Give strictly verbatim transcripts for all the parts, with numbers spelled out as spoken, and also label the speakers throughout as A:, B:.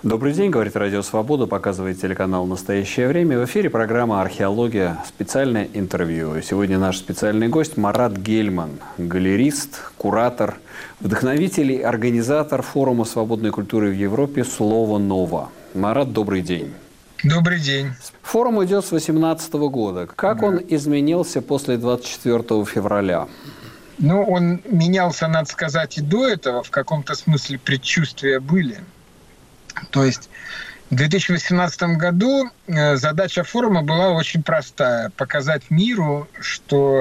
A: Добрый день, говорит Радио Свобода, показывает телеканал «Настоящее время». В эфире программа «Археология. Специальное интервью». Сегодня наш специальный гость Марат Гельман, галерист, куратор, вдохновитель и организатор форума свободной культуры в Европе «Слово Ново». Марат, добрый день.
B: Добрый день.
A: Форум идет с две тысячи восемнадцатого года. Как да. он изменился после двадцать четвёртого февраля?
B: Ну, он менялся, надо сказать, и до этого. В каком-то смысле предчувствия были. То есть в две тысячи восемнадцатом году задача форума была очень простая. Показать миру, что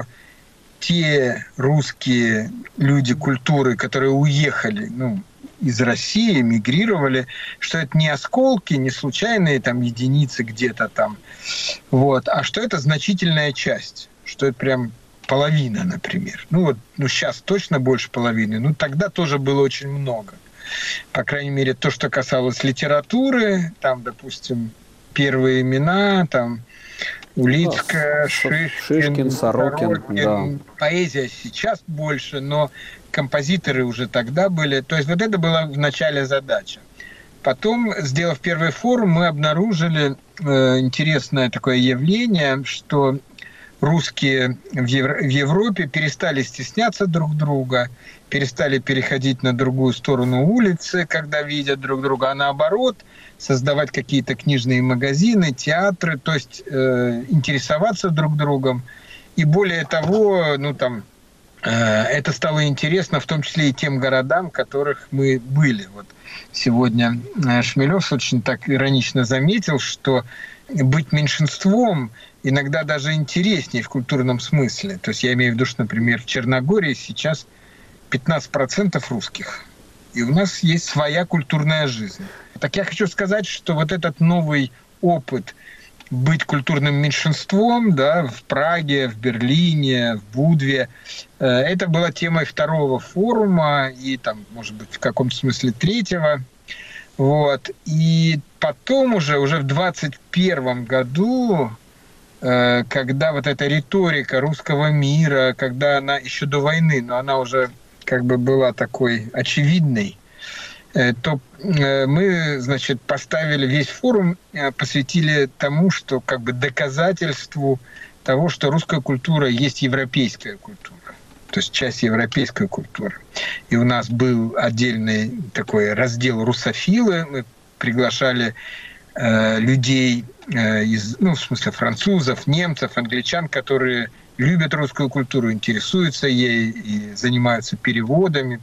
B: те русские люди культуры, которые уехали ну, из России, эмигрировали, что это не осколки, не случайные там, единицы где-то там, вот, а что это значительная часть, что это прям половина, например. Ну вот ну, сейчас точно больше половины, но тогда тоже было очень много. По крайней мере, то, что касалось литературы, там, допустим, первые имена, там, Улицкая, Шишкин,
A: Шишкин, Сорокин,
B: Сорокин. Да. Поэзия сейчас больше, но композиторы уже тогда были. То есть вот это была в начале задача. Потом, сделав первый форум, мы обнаружили э, интересное такое явление, что русские в, Евро- в Европе перестали стесняться друг друга, перестали переходить на другую сторону улицы, когда видят друг друга, а наоборот создавать какие-то книжные магазины, театры, то есть э, интересоваться друг другом. И более того, ну там э, это стало интересно в том числе и тем городам, в которых мы были. Вот сегодня Шмелев очень так иронично заметил, что быть меньшинством иногда даже интереснее в культурном смысле. То есть я имею в виду, что, например, в Черногории сейчас пятнадцать процентов русских. И у нас есть своя культурная жизнь. Так я хочу сказать, что вот этот новый опыт быть культурным меньшинством, да, в Праге, в Берлине, в Будве, э, это была темой второго форума и, там, может быть, в каком-то смысле третьего. Вот. И потом уже, уже в двадцать первом году, э, когда вот эта риторика русского мира, когда она еще до войны, но она уже как бы была такой очевидной, э, то э, мы, значит, поставили весь форум, э, посвятили тому, что как бы доказательству того, что русская культура есть европейская культура. То есть часть европейской культуры. И у нас был отдельный такой раздел «Русофилы». Мы приглашали э, людей э, из, ну, в смысле, французов, немцев, англичан, которые любят русскую культуру, интересуются ей и занимаются переводами.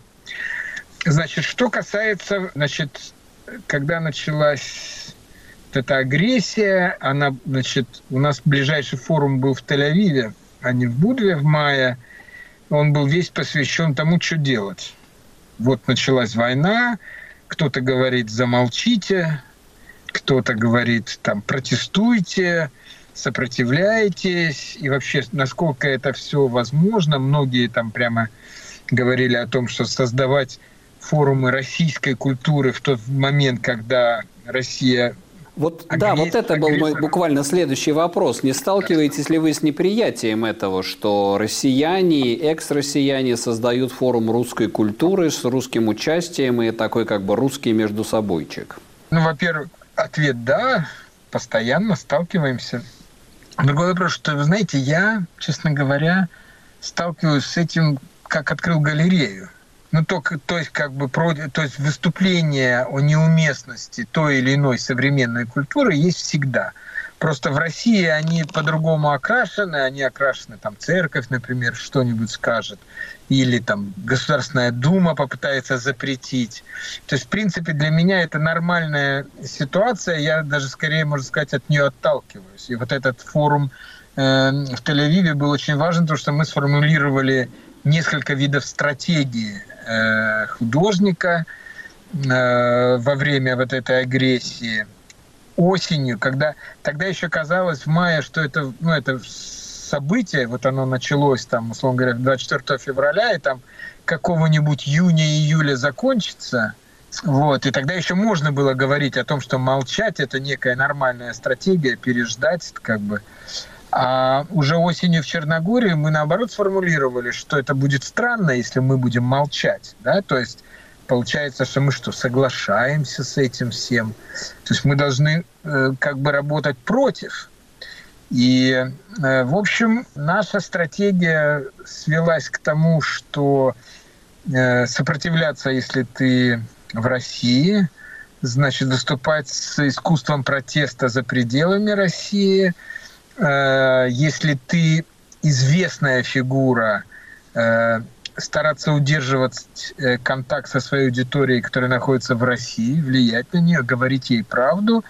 B: Значит, что касается, значит, когда началась эта агрессия, она, значит, у нас ближайший форум был в Тель-Авиве, а не в Будве в мае. Он был весь посвящен тому, что делать. Вот началась война, кто-то говорит «замолчите», кто-то говорит там «протестуйте», «сопротивляйтесь», и вообще, насколько это все возможно. Многие там прямо говорили о том, что создавать форумы российской культуры в тот момент, когда Россия...
A: Вот, агрессия, да, вот это был мой буквально следующий вопрос. Не сталкиваетесь ли вы с неприятием этого, что россияне, экс-россияне создают форум русской культуры с русским участием и такой как бы русский междусобойчик?
B: Ну, во-первых, ответ «да», постоянно сталкиваемся. Другой вопрос, что, вы знаете, я, честно говоря, сталкиваюсь с этим, как открыл галерею. Ну, то, то есть, как бы, то есть выступление о неуместности той или иной современной культуры есть всегда. Просто в России они по-другому окрашены, они окрашены, там, церковь, например, что-нибудь скажет, или там Государственная Дума попытается запретить. То есть, в принципе, для меня это нормальная ситуация, я даже скорее, можно сказать, от нее отталкиваюсь. И вот этот форум э, в Тель-Авиве был очень важен, потому что мы сформулировали несколько видов стратегии э, художника э, во время вот этой агрессии. Осенью, когда тогда еще казалось в мае, что это, ну, это событие, вот оно началось там, условно говоря, двадцать четвёртого февраля, и там какого-нибудь июня-июля закончится. Вот, и тогда еще можно было говорить о том, что молчать — это некая нормальная стратегия, переждать, как бы. А уже осенью в Черногории мы, наоборот, сформулировали, что это будет странно, если мы будем молчать. Да? То есть получается, что мы что, соглашаемся с этим всем? То есть мы должны э, как бы работать против. И, э, в общем, наша стратегия свелась к тому, что э, сопротивляться, если ты в России, значит, выступать с искусством протеста за пределами России. Э, если ты известная фигура, э, стараться удерживать контакт со своей аудиторией, которая находится в России, влиять на нее, говорить ей правду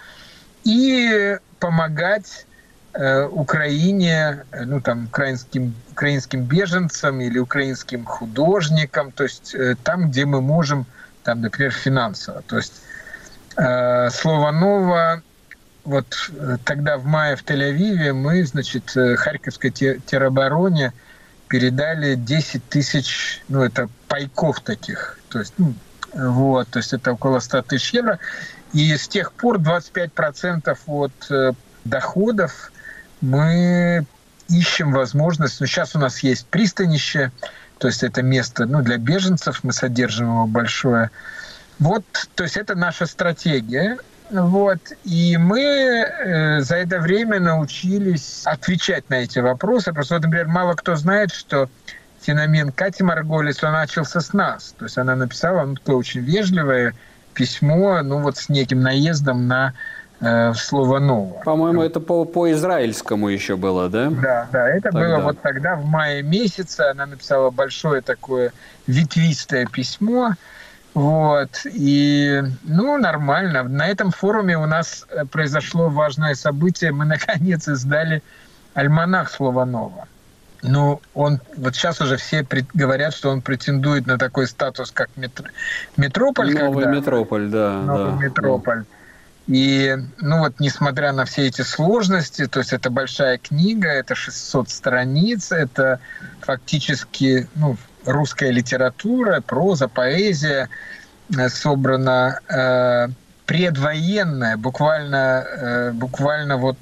B: и помогать э, Украине, ну там украинским, украинским беженцам или украинским художникам, то есть э, там, где мы можем, там, например, финансово. То есть э, слово «ново». Вот э, тогда в мае в Тель-Авиве мы, значит, э, Харьковской теробороне передали десять тысяч, ну, это пайков таких, то есть, ну, вот, то есть это около ста тысяч евро. И с тех пор двадцать пять процентов от э, доходов мы ищем возможность, ну, сейчас у нас есть пристанище, то есть это место, ну, для беженцев, мы содержим его большое. Вот, то есть это наша стратегия. Вот. И мы э, за это время научились отвечать на эти вопросы. Просто, вот, например, мало кто знает, что феномен Кати Марголис, он начался с нас. То есть она написала, ну, такое очень вежливое письмо, ну, вот с неким наездом на э, слово «ново».
A: По-моему, это по, по израильскому еще было, да?
B: Да, да, это тогда было вот тогда, в мае месяце. Она написала большое такое ветвистое письмо. Вот, и, ну, нормально. На этом форуме у нас произошло важное событие. Мы, наконец, издали альманах «Слово ново». Ну, он, вот сейчас уже все говорят, что он претендует на такой статус, как метро, метрополь.
A: Новый
B: когда,
A: метрополь, да.
B: Новый
A: да,
B: метрополь. И, ну, вот, несмотря на все эти сложности, то есть это большая книга, это шестьсот страниц, это фактически, ну, русская литература, проза, поэзия собрана э, предвоенная, буквально, э, буквально вот,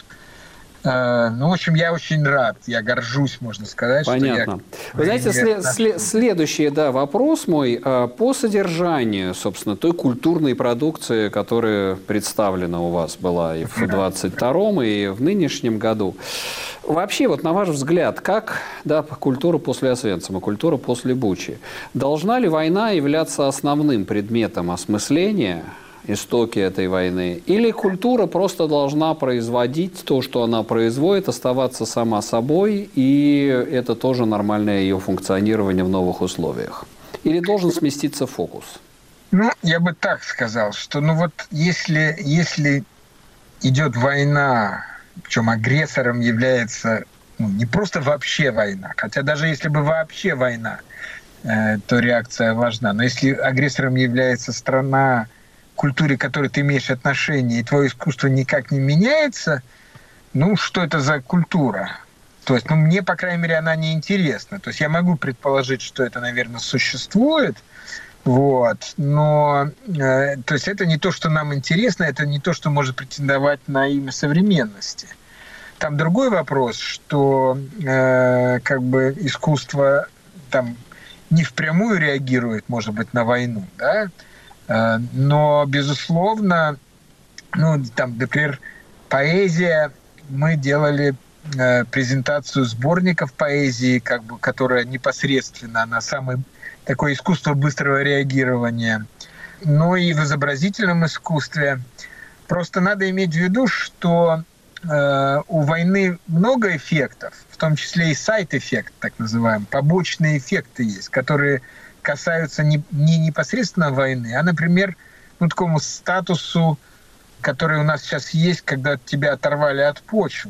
B: э, ну, в общем, я очень рад, я горжусь, можно сказать.
A: Понятно.
B: Что я...
A: Вы знаете, след, след, следующий, да, вопрос мой по содержанию, собственно, той культурной продукции, которая представлена у вас была и в двадцать втором, и в нынешнем году. Вообще, вот на ваш взгляд, как, да, культура после Освенцима, культура после Бучи, должна ли война являться основным предметом осмысления, истоки этой войны, или культура просто должна производить то, что она производит, оставаться сама собой, и это тоже нормальное ее функционирование в новых условиях? Или должен сместиться фокус?
B: Ну, я бы так сказал, что, ну вот, если, если идет война, причем агрессором является, ну, не просто вообще война, хотя даже если бы вообще война, э, то реакция важна. Но если агрессором является страна, к культуре, к которой ты имеешь отношение, и твое искусство никак не меняется, ну, что это за культура? То есть, ну, мне, по крайней мере, она не интересна. То есть я могу предположить, что это, наверное, существует, вот, но э, то есть это не то, что нам интересно, это не то, что может претендовать на имя современности. Там другой вопрос, что э, как бы искусство там не впрямую реагирует, может быть, на войну, да, э, но, безусловно, ну, там, например, поэзия, мы делали э, презентацию сборников поэзии, как бы, которая непосредственно на самый такое искусство быстрого реагирования, но и в изобразительном искусстве. Просто надо иметь в виду, что э, у войны много эффектов, в том числе и сайд-эффект, так называемый, побочные эффекты есть, которые касаются не, не непосредственно войны, а, например, ну, такому статусу, который у нас сейчас есть, когда тебя оторвали от почвы.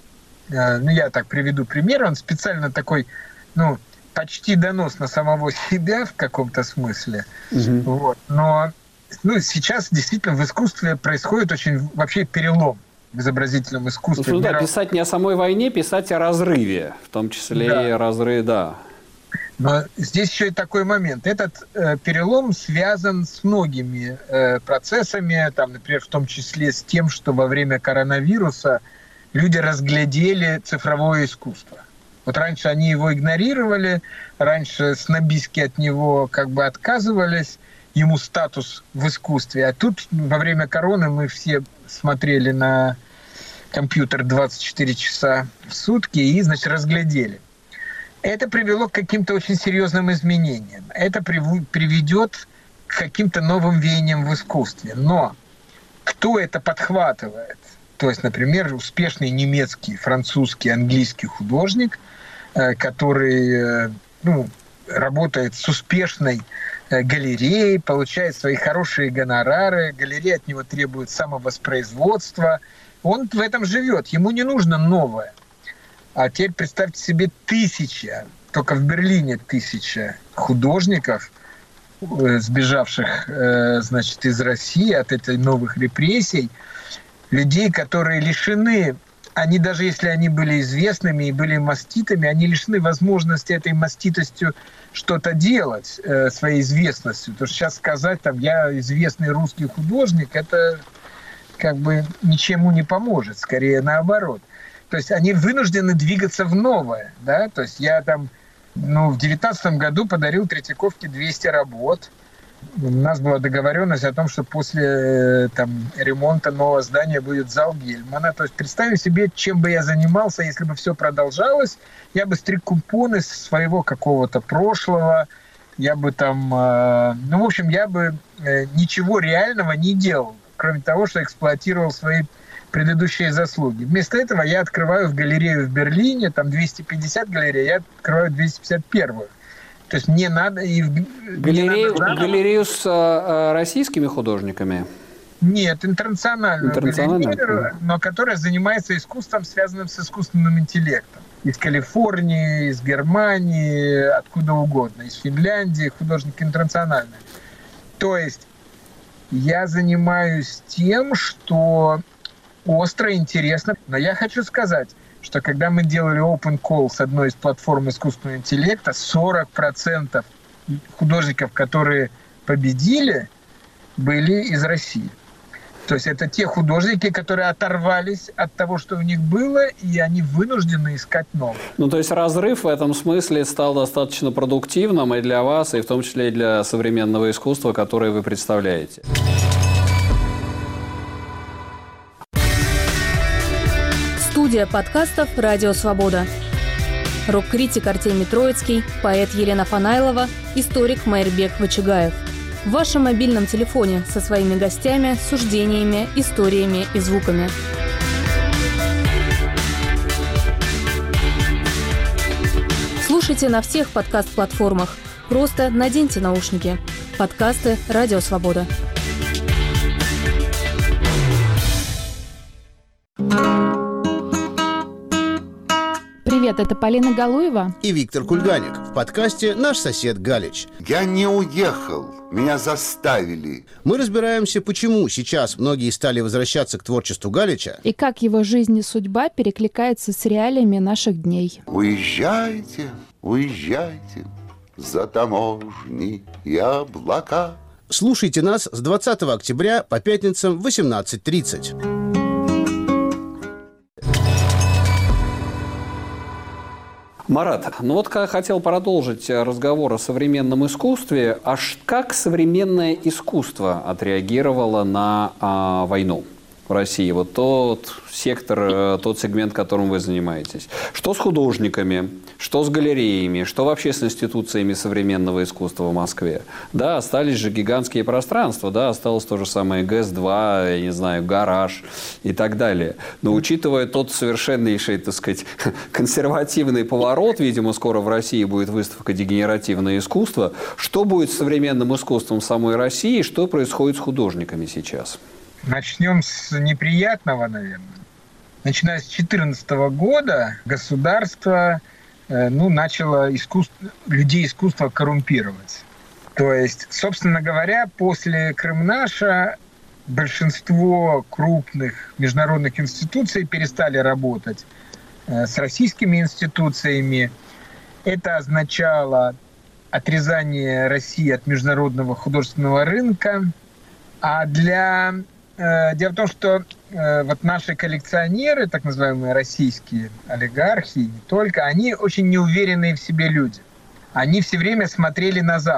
B: Э, ну, я так приведу пример, он специально такой, ну, почти донос на самого себя в каком-то смысле. Угу. Вот. Но, ну, сейчас действительно в искусстве происходит очень вообще перелом в изобразительном искусстве.
A: Ну, да, писать не о самой войне, писать о разрыве, в том числе да. и разрыве, да.
B: Но здесь еще и такой момент. Этот э, перелом связан с многими э, процессами, там, например, в том числе с тем, что во время коронавируса люди разглядели цифровое искусство. Вот раньше они его игнорировали, раньше снобистски от него как бы отказывались. ему статус в искусстве. А тут во время короны мы все смотрели на компьютер двадцать четыре часа в сутки и, значит, разглядели. Это привело к каким-то очень серьезным изменениям. Это приведет к каким-то новым веяниям в искусстве. Но кто это подхватывает? То есть, например, успешный немецкий, французский, английский художник, который, ну, работает с успешной галереей, получает свои хорошие гонорары, галерея от него требует самовоспроизводства. Он в этом живет, ему не нужно новое. А теперь представьте себе тысяча, только в Берлине тысяча художников, сбежавших, значит, из России от этой новых репрессий, людей, которые лишены, они даже если они были известными и были маститами, они лишены возможности этой маститостью что-то делать, э, своей известностью. Потому что сейчас сказать, там, я известный русский художник, это как бы ничему не поможет, скорее наоборот. То есть они вынуждены двигаться в новое, да, то есть я там, ну, в девятнадцатом году подарил Третьяковке двести работ. У нас была договоренность о том, что после там, ремонта нового здания будет зал Гельмана. То есть представим себе, чем бы я занимался, если бы все продолжалось. Я бы стриг купоны со своего какого-то прошлого. Я бы там... Э, ну, в общем, я бы э, ничего реального не делал, кроме того, что эксплуатировал свои предыдущие заслуги. Вместо этого я открываю в галерею в Берлине, там двести пятьдесят галерей, я открываю двести пятьдесят первую. То есть мне надо... И
A: галерею,
B: надо
A: галерею с а, российскими художниками?
B: Нет, интернациональную,
A: интернациональную
B: галерею, но которая занимается искусством, связанным с искусственным интеллектом. Из Калифорнии, из Германии, откуда угодно, из Финляндии, художники интернациональные. То есть я занимаюсь тем, что остро, интересно. Но я хочу сказать, что когда мы делали open call с одной из платформ искусственного интеллекта, сорок процентов художников, которые победили, были из России. То есть это те художники, которые оторвались от того, что у них было, и они вынуждены искать новое.
A: Ну, то есть разрыв в этом смысле стал достаточно продуктивным и для вас, и в том числе и для современного искусства, которое вы представляете.
C: Студия подкастов «Радио Свобода». Рок-критик Артемий Троицкий, поэт Елена Фанайлова, историк Майрбек Вачигаев. В вашем мобильном телефоне со своими гостями, суждениями, историями и звуками. Слушайте на всех подкаст-платформах. Просто наденьте наушники. Подкасты «Радио Свобода».
D: Привет, это Полина Галуева
E: и Виктор Кульганик в подкасте «Наш сосед Галич».
F: Я не уехал, меня заставили.
E: Мы разбираемся, почему сейчас многие стали возвращаться к творчеству Галича
D: и как его жизнь и судьба перекликаются с реалиями наших дней.
F: Уезжайте, уезжайте за таможни и облака.
E: Слушайте нас с двадцатого октября по пятницам в восемнадцать тридцать.
A: Марат, ну вот хотел продолжить разговор о современном искусстве. Аж как современное искусство отреагировало на а, войну в России? Вот тот сектор, тот сегмент, которым вы занимаетесь. Что с художниками, что с галереями, что вообще с институциями современного искусства в Москве? Да, остались же гигантские пространства, да, осталось то же самое ГЭС два, я не знаю, гараж и так далее. Но учитывая тот совершеннейший, так сказать, консервативный поворот, видимо, скоро в России будет выставка «Дегенеративное искусство», что будет с современным искусством самой России, что происходит с художниками сейчас?
B: Начнем с неприятного, наверное. Начиная с две тысячи четырнадцатого года государство э, ну, начало искусство, людей искусства коррумпировать. То есть, собственно говоря, после Крымнаша большинство крупных международных институций перестали работать э, с российскими институциями. Это означало отрезание России от международного художественного рынка. А для... Дело в том, что э, вот наши коллекционеры, так называемые российские олигархи, не только, они очень неуверенные в себе люди. Они все время смотрели на Запад.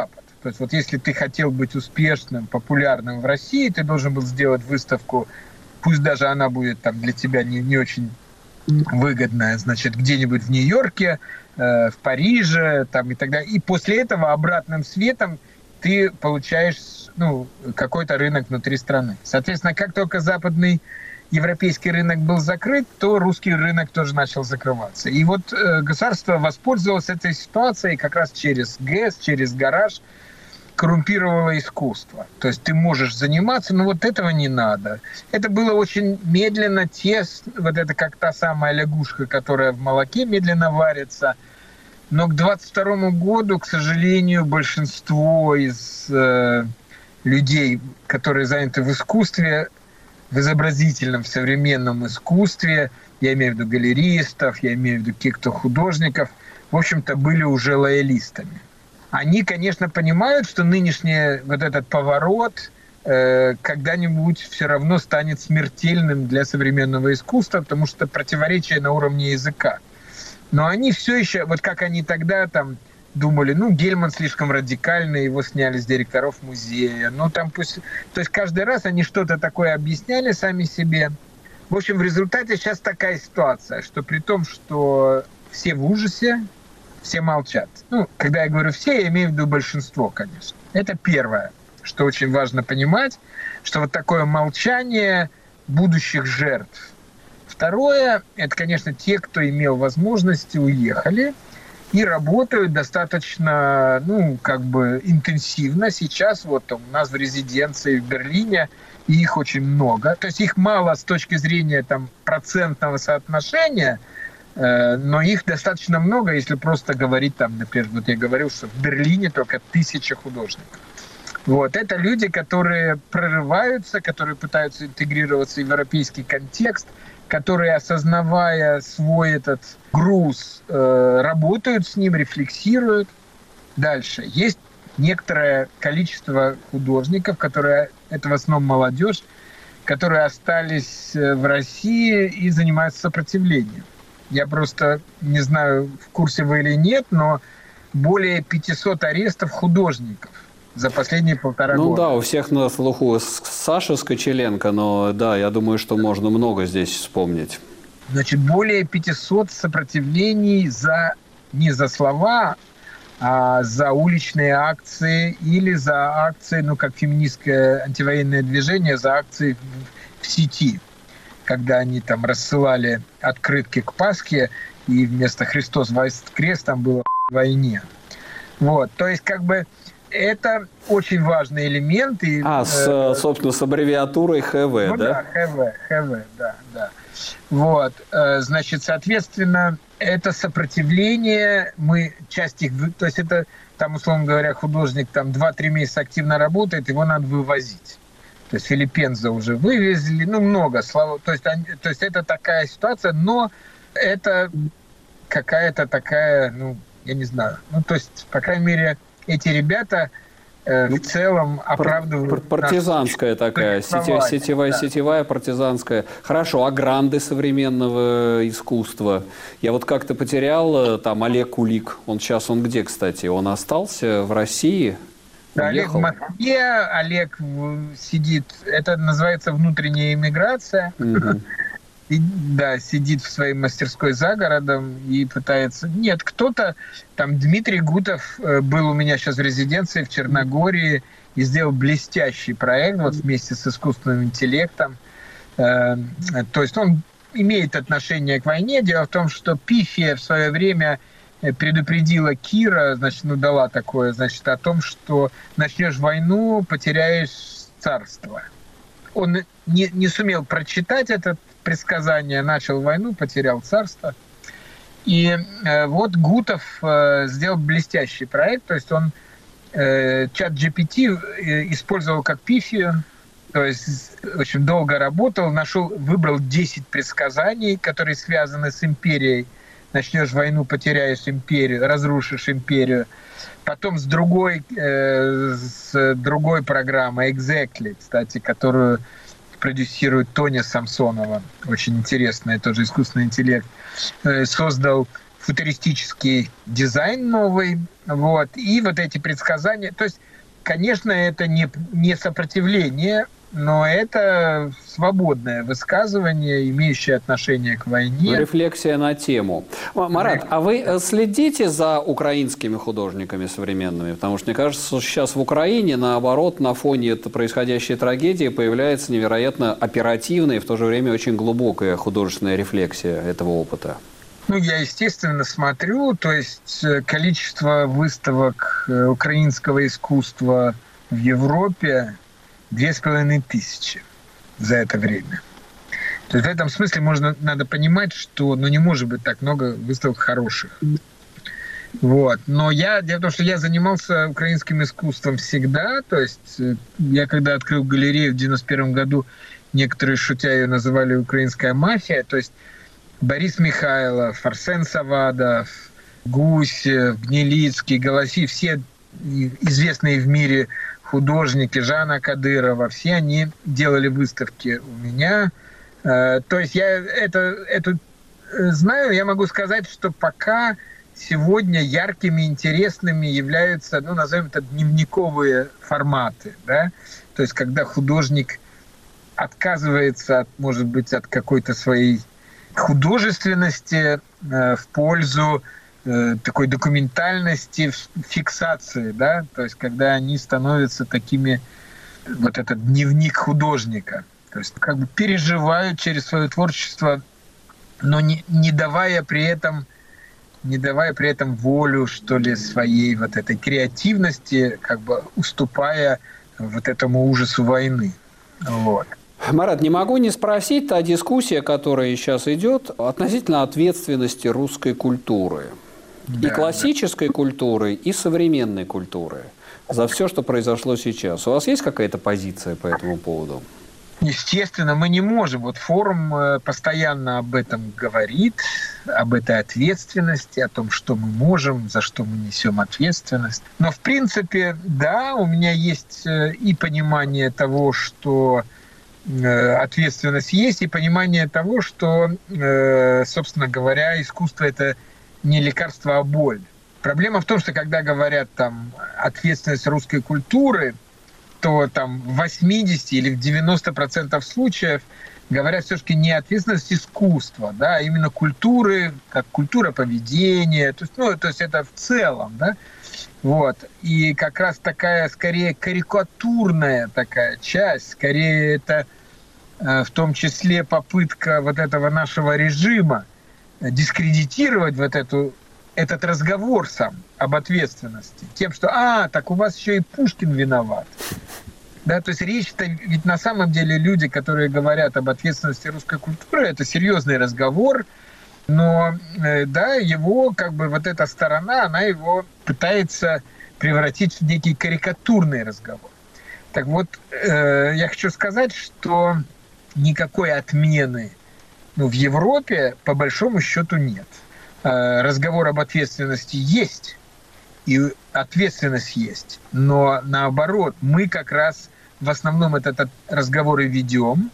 B: То есть вот если ты хотел быть успешным, популярным в России, ты должен был сделать выставку, пусть даже она будет там для тебя не, не очень выгодная, значит, где-нибудь в Нью-Йорке, э, в Париже, там и так далее. И после этого обратным светом ты получаешь, ну, какой-то рынок внутри страны. Соответственно, как только западный европейский рынок был закрыт, то русский рынок тоже начал закрываться. И вот э, государство воспользовалось этой ситуацией как раз через ГЭС, через гараж, коррумпировало искусство. То есть ты можешь заниматься, но вот этого не надо. Это было очень медленно, тесно, вот это как та самая лягушка, которая в молоке медленно варится. Но к двадцать второму году, к сожалению, большинство из э, людей, которые заняты в искусстве, в изобразительном, в современном искусстве, я имею в виду галеристов, я имею в виду тех, художников, в общем-то, были уже лоялистами. Они, конечно, понимают, что нынешний вот этот поворот э, когда-нибудь все равно станет смертельным для современного искусства, потому что противоречие на уровне языка. Но они все еще, вот как они тогда там думали, ну, Гельман слишком радикальный, его сняли с директоров музея. Ну, там пусть... То есть каждый раз они что-то такое объясняли сами себе. В общем, в результате сейчас такая ситуация, что при том, что все в ужасе, все молчат. Ну, когда я говорю «все», я имею в виду большинство, конечно. Это первое, что очень важно понимать, что вот такое молчание будущих жертв. Второе, это, конечно, те, кто имел возможности, уехали и работают достаточно, ну, как бы интенсивно. Сейчас вот у нас в резиденции в Берлине, и их очень много. То есть их мало с точки зрения там процентного соотношения, но их достаточно много, если просто говорить там, например, вот я говорил, что в Берлине только тысяча художников. Вот. Это люди, которые прорываются, которые пытаются интегрироваться в европейский контекст, которые, осознавая свой этот груз, э, работают с ним, рефлексируют. Дальше. Есть некоторое количество художников, которые, это в основном молодежь, которые остались в России и занимаются сопротивлением. Я просто не знаю, в курсе вы или нет, но более пятьсот арестов художников за последние полтора
A: ну,
B: года.
A: Ну да, у всех на слуху Саша Скочеленко, но да, я думаю, что можно много здесь вспомнить.
B: Значит, более пятьсот сопротивлений за, не за слова, а за уличные акции или за акции, ну, как феминистское антивоенное движение, за акции в, в сети. Когда они там рассылали открытки к Пасхе, и вместо «Христос воскрес» там было «в войне». Вот, то есть как бы это очень важный элемент. И,
A: а, с, э, собственно, с аббревиатурой ХВ,
B: ну,
A: да?
B: Да, ХВ, ХВ, да, да. Вот, э, значит, соответственно, это сопротивление, мы часть их, то есть это, там, условно говоря, художник там два-три месяца активно работает, его надо вывозить. То есть Филиппенза уже вывезли, ну, много, слава. То есть, они, то есть это такая ситуация, но это какая-то такая, ну, я не знаю. Ну, то есть, по крайней мере, эти ребята э, ну, в целом оправдывают...
A: Партизанская наш... такая, сетевая, сетевая, да. сетевая, партизанская. Хорошо, а гранды современного искусства? Я вот как-то потерял, там, Олег Кулик. Он сейчас, он где, кстати? Он остался в России?
B: Да, Олег в Москве, Олег сидит, это называется внутренняя иммиграция. Mm-hmm. И, да, сидит в своей мастерской за городом и пытается... Нет, кто-то, там Дмитрий Гутов был у меня сейчас в резиденции в Черногории и сделал блестящий проект вот вместе с искусственным интеллектом. То есть он имеет отношение к войне. Дело в том, что Пифия в свое время... предупредила Кира, значит, ну, дала такое, значит, о том, что начнешь войну, потеряешь царство. Он не, не сумел прочитать это предсказание, начал войну, потерял царство. И э, вот Гутов э, сделал блестящий проект, то есть он э, чат джи пи ти использовал как пифию, то есть очень долго работал, нашел, выбрал десять предсказаний, которые связаны с империей. Начнешь войну, потеряешь империю, разрушишь империю. Потом с другой, э, с другой программой, Exactly, кстати, которую продюсирует Тоня Самсонова, очень интересная, тоже искусственный интеллект, э, создал футуристический дизайн новый. Вот, и вот эти предсказания. То есть конечно, это не, не сопротивление, но это свободное высказывание, имеющее отношение к войне.
A: Рефлексия на тему. Марат, а вы следите за украинскими художниками современными? Потому что, мне кажется, что сейчас в Украине, наоборот, на фоне этой происходящей трагедии появляется невероятно оперативная и в то же время очень глубокая художественная рефлексия этого опыта.
B: Ну, я, естественно, смотрю, то есть количество выставок украинского искусства в Европе две с половиной тысячи за это время. То есть в этом смысле можно, надо понимать, что ну, не может быть так много выставок хороших. Вот. Но я, дело в том, что я занимался украинским искусством всегда. То есть я когда открыл галерею в девяносто первом году, некоторые, шутя, ее называли «Украинская мафия». То есть Борис Михайлов, Арсен Савадов, Гусев, Гнилицкий, Голоси, все известные в мире художники, Жанна Кадырова, все они делали выставки у меня. То есть я это, это знаю, я могу сказать, что пока сегодня яркими, интересными являются, ну, назовем это, дневниковые форматы, да? То есть когда художник отказывается, от, может быть, от какой-то своей художественности в пользу такой документальности, фиксации, да, то есть когда они становятся такими, вот этот дневник художника, то есть как бы переживают через свое творчество, но не, не давая при этом, не давая при этом волю, что ли, своей вот этой креативности, как бы уступая вот этому ужасу войны, вот.
A: Марат, не могу не спросить, та дискуссия, которая сейчас идет, относительно ответственности русской культуры. Да, и классической да. культуры, и современной культуры за все, что произошло сейчас. У вас есть какая-то позиция по этому поводу?
B: Естественно, мы не можем. Вот форум постоянно об этом говорит, об этой ответственности, о том, что мы можем, за что мы несем ответственность. Но, в принципе, да, у меня есть и понимание того, что ответственность есть, и понимание того, что, собственно говоря, искусство – это не лекарство, а боль. Проблема в том, что когда говорят там ответственность русской культуры, то там в восемьдесят или в девяносто процентов случаев говорят все-таки не ответственность искусства, да, а именно культуры, как культура поведения, то есть, ну, то есть это в целом, да, вот. И как раз такая, скорее, карикатурная такая часть, скорее это э, в том числе попытка вот этого нашего режима дискредитировать вот эту, этот разговор сам об ответственности. Тем, что, а, так у вас еще и Пушкин виноват. Да, то есть речь-то, ведь на самом деле люди, которые говорят об ответственности русской культуры, это серьезный разговор, но, да, его, как бы, вот эта сторона, она его пытается превратить в некий карикатурный разговор. Так вот, э, я хочу сказать, что никакой отмены ну, в Европе, по большому счету, нет. Разговор об ответственности есть, и ответственность есть. Но наоборот, мы как раз в основном этот разговор и ведем.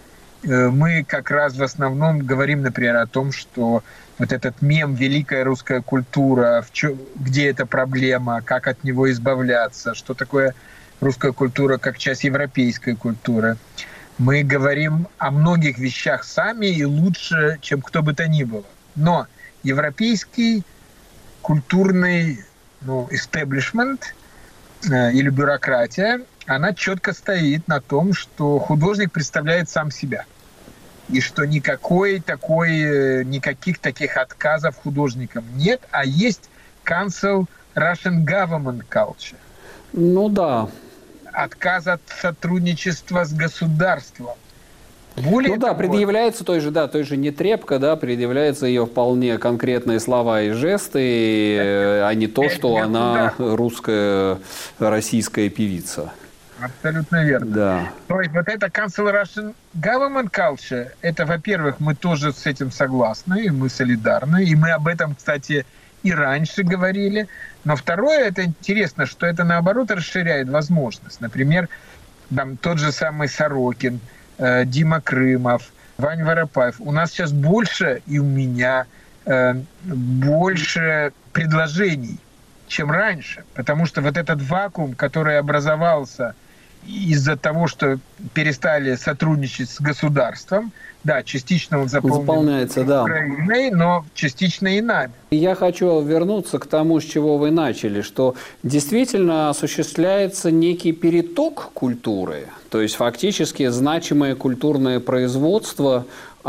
B: Мы как раз в основном говорим, например, о том, что вот этот мем «Великая русская культура», где эта проблема, как от него избавляться, что такое русская культура как часть европейской культуры. Мы говорим о многих вещах сами и лучше, чем кто бы то ни было. Но европейский культурный ну, истеблишмент э, или бюрократия, она четко стоит на том, что художник представляет сам себя. И что никакой такой, никаких таких отказов художникам нет, а есть cancel Russian government culture.
A: Ну да.
B: Отказ от сотрудничества с государством. Более
A: ну да,
B: того,
A: предъявляется той же, да, той же Нетребко, да, предъявляется ее вполне конкретные слова и жесты, это, а не то, что она да. русская, российская певица.
B: Абсолютно верно.
A: Да.
B: То есть вот это cancel Russian government culture, это, во-первых, мы тоже с этим согласны, и мы солидарны, и мы об этом, кстати, и раньше говорили. Но второе, это интересно, что это, наоборот, расширяет возможность. Например, там, тот же самый Сорокин, э, Дима Крымов, Вань Воропаев. У нас сейчас больше, и у меня, э, больше предложений, чем раньше. Потому что вот этот вакуум, который образовался из-за того, что перестали сотрудничать с государством, да, частично он заполняется
A: да.
B: Украиной, но частично и нами.
A: Я хочу вернуться к тому, с чего вы начали, что действительно осуществляется некий переток культуры. То есть фактически значимое культурное производство,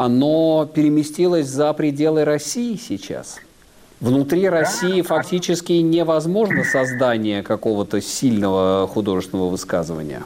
A: оно переместилось за пределы России сейчас. Внутри России фактически невозможно создание какого-то сильного художественного высказывания.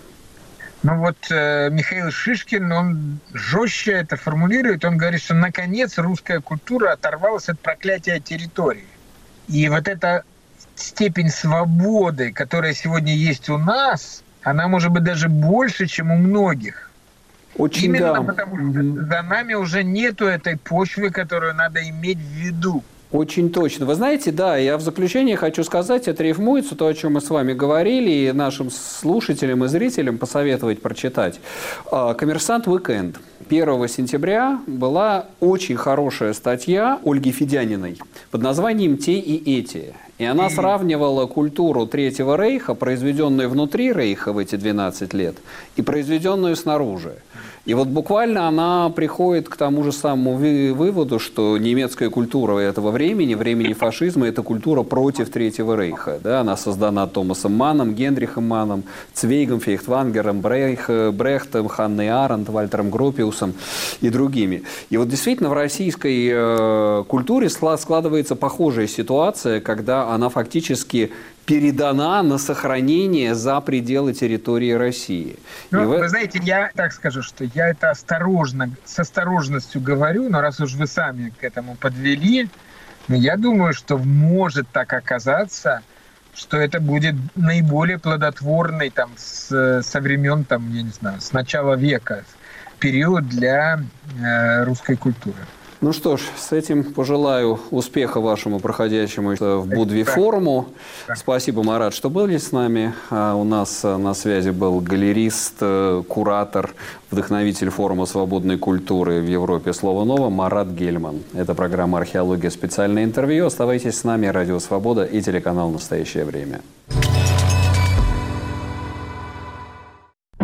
B: Ну вот э, Михаил Шишкин, он жестче это формулирует. Он говорит, что наконец русская культура оторвалась от проклятия территории. И вот эта степень свободы, которая сегодня есть у нас, она может быть даже больше, чем у многих.
A: Очень
B: Именно
A: да.
B: потому, что за нами уже нету этой почвы, которую надо иметь в виду.
A: Очень точно. Вы знаете, да, я в заключение хочу сказать, это рифмуется, то, о чем мы с вами говорили, и нашим слушателям и зрителям посоветовать прочитать. «Коммерсант Уикенд». первого сентября была очень хорошая статья Ольги Федяниной под названием «Те и эти». И она сравнивала культуру Третьего Рейха, произведенную внутри Рейха в эти двенадцать лет, и произведенную снаружи. И вот буквально она приходит к тому же самому выводу, что немецкая культура этого времени, времени фашизма, это культура против Третьего Рейха. Да? Она создана Томасом Манном, Генрихом Манном, Цвейгом, Фейхтвангером, Брейх, Брехтом, Ханной Аренд, Вальтером Гропиусом и другими. И вот действительно в российской э, культуре складывается похожая ситуация, когда она фактически передана на сохранение за пределы территории России.
B: Ну,
A: вы...
B: вы знаете, я так скажу, что я это осторожно, с осторожностью говорю, но раз уж вы сами к этому подвели, ну, я думаю, что может так оказаться, что это будет наиболее плодотворный там, с, со времен, там, я не знаю, с начала века период для э, русской культуры.
A: Ну что ж, с этим пожелаю успеха вашему проходящему в Будве форуму. Спасибо, Марат, что были с нами. А у нас на связи был галерист, куратор, вдохновитель форума свободной культуры в Европе «Слово ново» Марат Гельман. Это программа «Археология. Специальное интервью». Оставайтесь с нами. Радио «Свобода» и телеканал «Настоящее время».